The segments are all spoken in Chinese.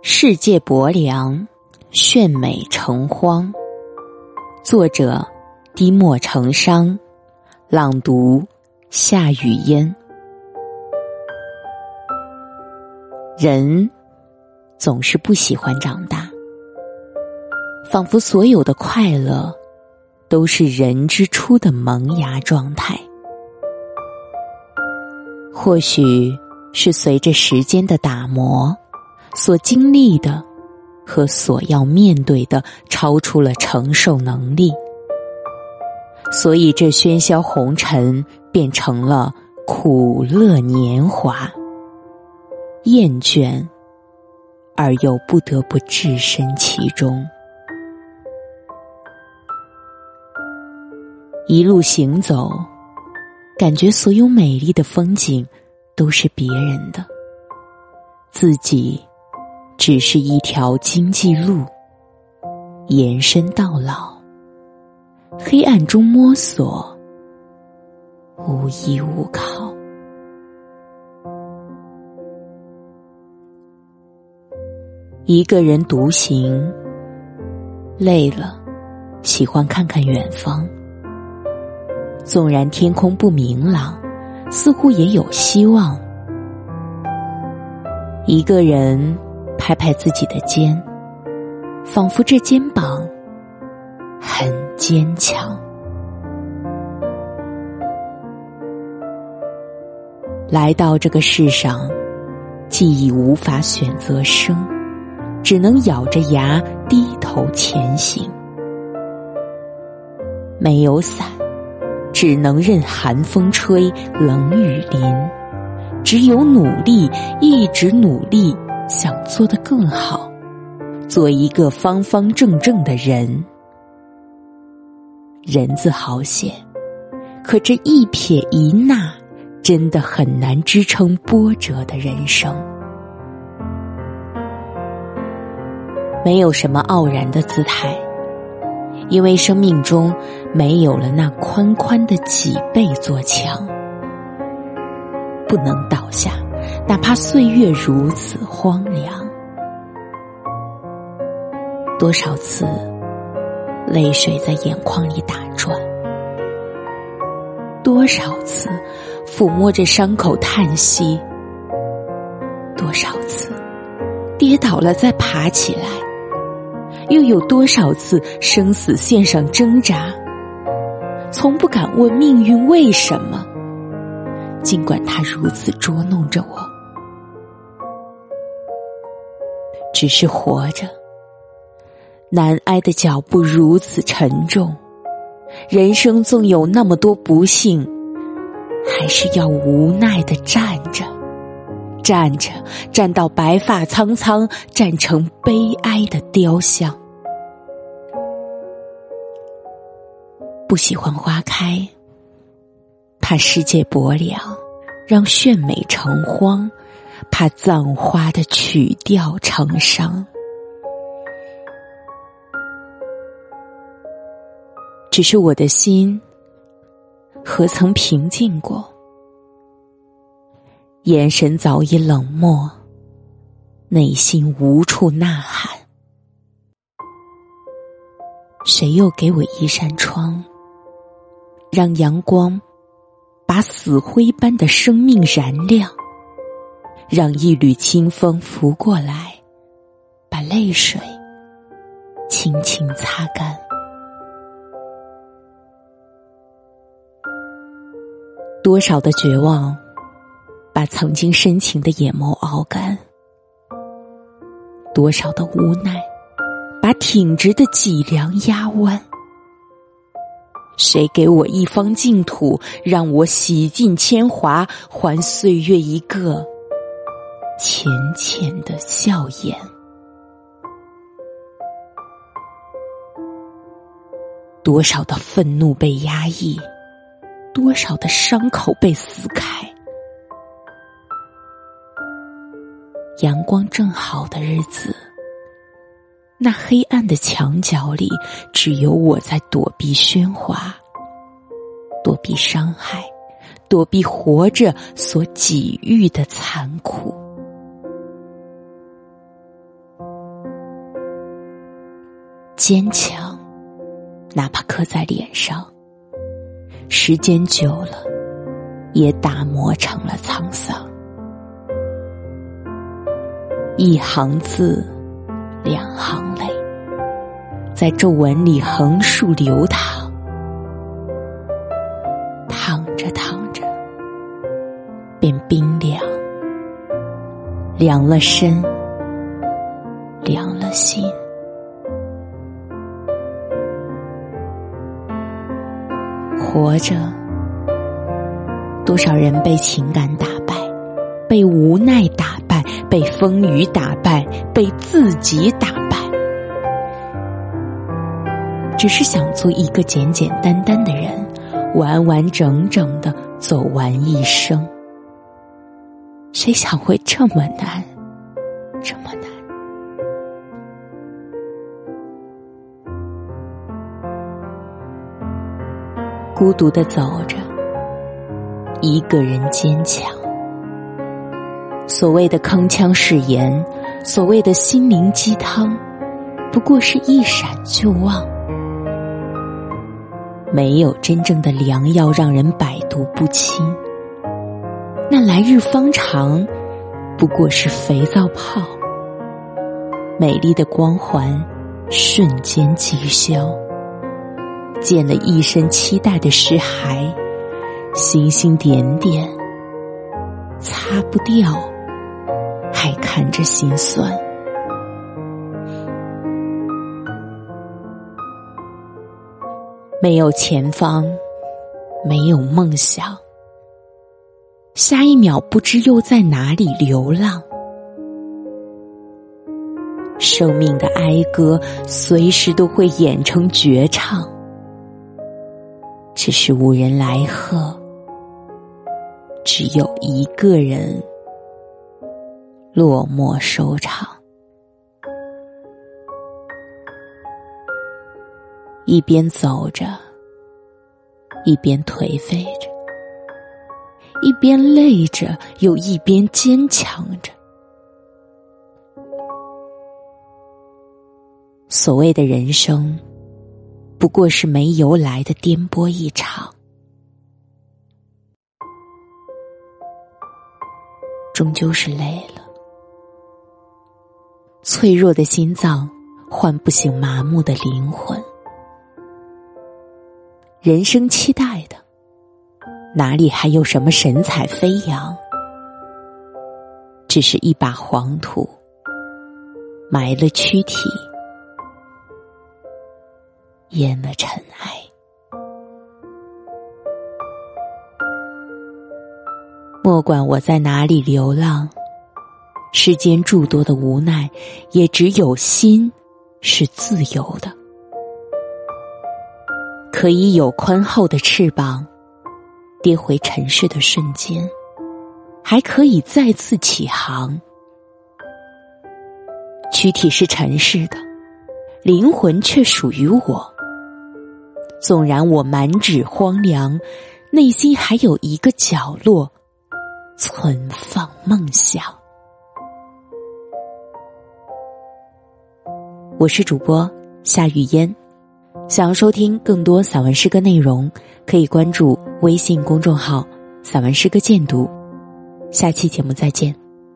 世界薄凉，炫美成荒。作者低墨成殇，朗读夏雨嫣。人总是不喜欢长大，仿佛所有的快乐都是人之初的萌芽状态。或许是随着时间的打磨，所经历的和所要面对的超出了承受能力，所以这喧嚣红尘变成了苦乐年华，厌倦而又不得不置身其中。一路行走，感觉所有美丽的风景都是别人的，自己只是一条经济路，延伸到老，黑暗中摸索，无依无靠。一个人独行，累了，喜欢看看远方。纵然天空不明朗，似乎也有希望。一个人拍拍自己的肩，仿佛这肩膀很坚强。来到这个世上，既已无法选择生，只能咬着牙低头前行。没有伞，只能任寒风吹，冷雨淋。只有努力，一直努力，想做得更好，做一个方方正正的人。人字好写，可这一撇一捺真的很难支撑波折的人生。没有什么傲然的姿态，因为生命中没有了那宽宽的脊背做墙。不能倒下，哪怕岁月如此荒凉。多少次泪水在眼眶里打转，多少次抚摸着伤口叹息，多少次跌倒了再爬起来，又有多少次生死线上挣扎，从不敢问命运为什么，尽管它如此捉弄着我。只是活着，难挨的脚步如此沉重，人生纵有那么多不幸，还是要无奈地站着，站着，站到白发苍苍，站成悲哀的雕像。不喜欢花开，怕世界薄凉，让炫美成荒，怕葬花的曲调成伤。只是我的心何曾平静过，眼神早已冷漠，内心无处呐喊。谁又给我一扇窗，让阳光把死灰般的生命燃亮，让一缕清风拂过来，把泪水轻轻擦干。多少的绝望把曾经深情的眼眸熬干，多少的无奈把挺直的脊梁压弯。谁给我一方净土，让我洗尽铅华，还岁月一个浅浅的笑颜。多少的愤怒被压抑，多少的伤口被撕开。阳光正好的日子，那黑暗的墙角里，只有我在躲避喧哗，躲避伤害，躲避活着所给予的残酷。 坚强，哪怕刻在脸上，时间久了也打磨成了沧桑。一行字，两行泪，在皱纹里横竖流淌，淌着淌着便冰凉，凉了身，凉了心。活着，多少人被情感打败，被无奈打败，被风雨打败，被自己打败。只是想做一个简简单单的人，完完整整的走完一生。谁想会这么难，这么难？孤独地走着，一个人坚强。所谓的铿锵誓言，所谓的心灵鸡汤，不过是一闪就忘。没有真正的良药让人百毒不侵，那来日方长不过是肥皂泡。美丽的光环瞬间即消，溅了一身期待的尸骸，星星点点，擦不掉，还看着心酸。没有前方，没有梦想，下一秒不知又在哪里流浪。生命的哀歌随时都会演成绝唱，只是无人来贺，只有一个人落寞收场。一边走着，一边颓废着，一边累着，又一边坚强着。所谓的人生，不过是没由来的颠簸一场，终究是累了。脆弱的心脏唤不醒麻木的灵魂。人生期待的，哪里还有什么神采飞扬？只是一把黄土，埋了躯体，淹了尘埃。莫管我在哪里流浪，世间诸多的无奈，也只有心是自由的。可以有宽厚的翅膀，跌回尘世的瞬间，还可以再次起航。躯体是尘世的，灵魂却属于我。纵然我满纸荒凉，内心还有一个角落存放梦想。我是主播夏雨嫣，想要收听更多散文诗歌内容，可以关注微信公众号散文诗歌鉴读。下期节目再见。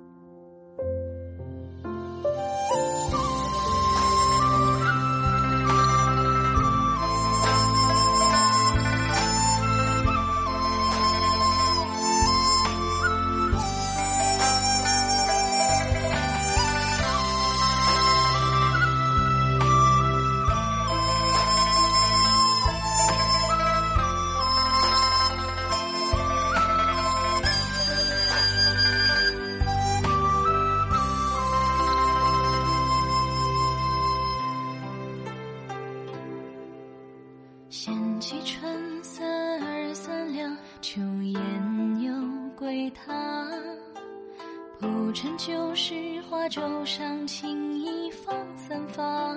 闲起春色二三两，秋雁又归堂。铺陈旧时华轴上，轻易放散发。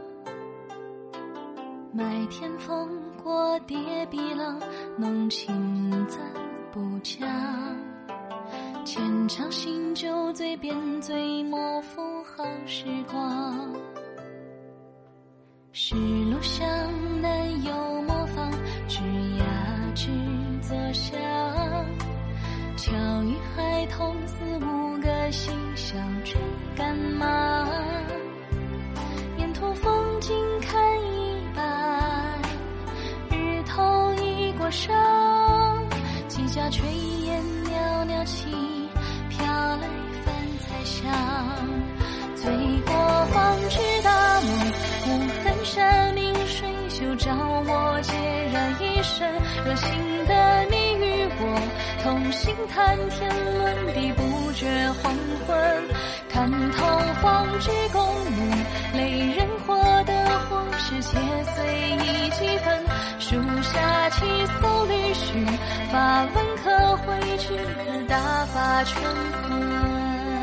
麦田风过叠壁浪，浓情暂不讲。浅尝新酒醉，便醉模糊好时光。 是路上难有模仿，枝桠只作响。巧遇孩童四五个，心想追赶马。沿途风景看一半，日头已过上。几家炊烟袅袅起，飘来饭菜香。醉过方知大梦，无痕山明水秀，照我孑然一身。热心的你与我同行谈天论地，不觉黄昏。看透方知功名，累人活的或是且随意几分。树下七艘旅须，发问可绘句子，大发春魂。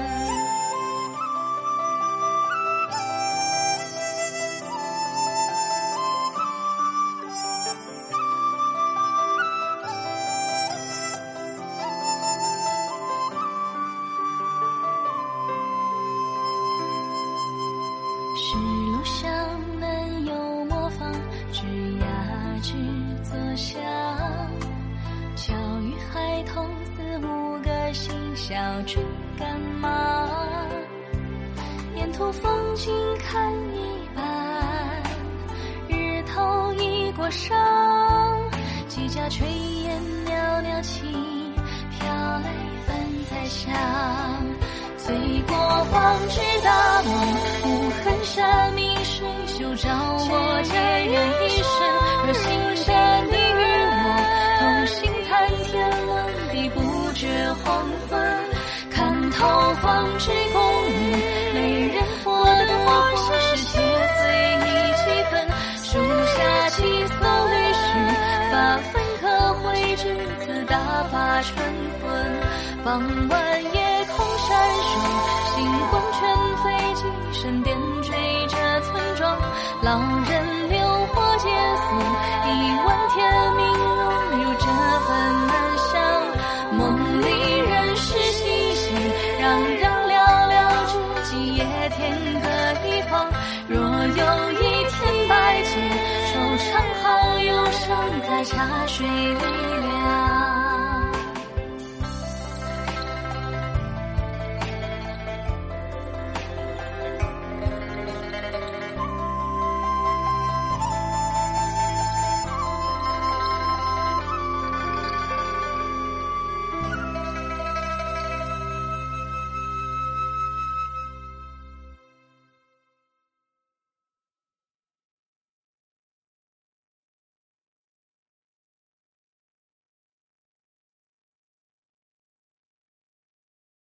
是路上难有模仿，枝桠只作响。巧遇孩童四五个，心小追赶马。沿途风景看一半，日头已过上。几家炊烟袅袅起，飘来饭菜香。醉过方知大梦，无痕山明水秀，照我孑然一身。热心的你与我同行谈天论地，不觉黄昏。看透方知功名，累人活的或是且随意几分。树下七艘旅须，发分可绘句子，大发春魂。傍晚夜空闪烁，星光全飞，几声点缀着村庄。老人流火解锁，一碗甜茗融入这份难想。梦里人世熙熙，攘攘寥寥，知己也天各一方。若有一天百劫，惆怅好忧伤，在茶水里流。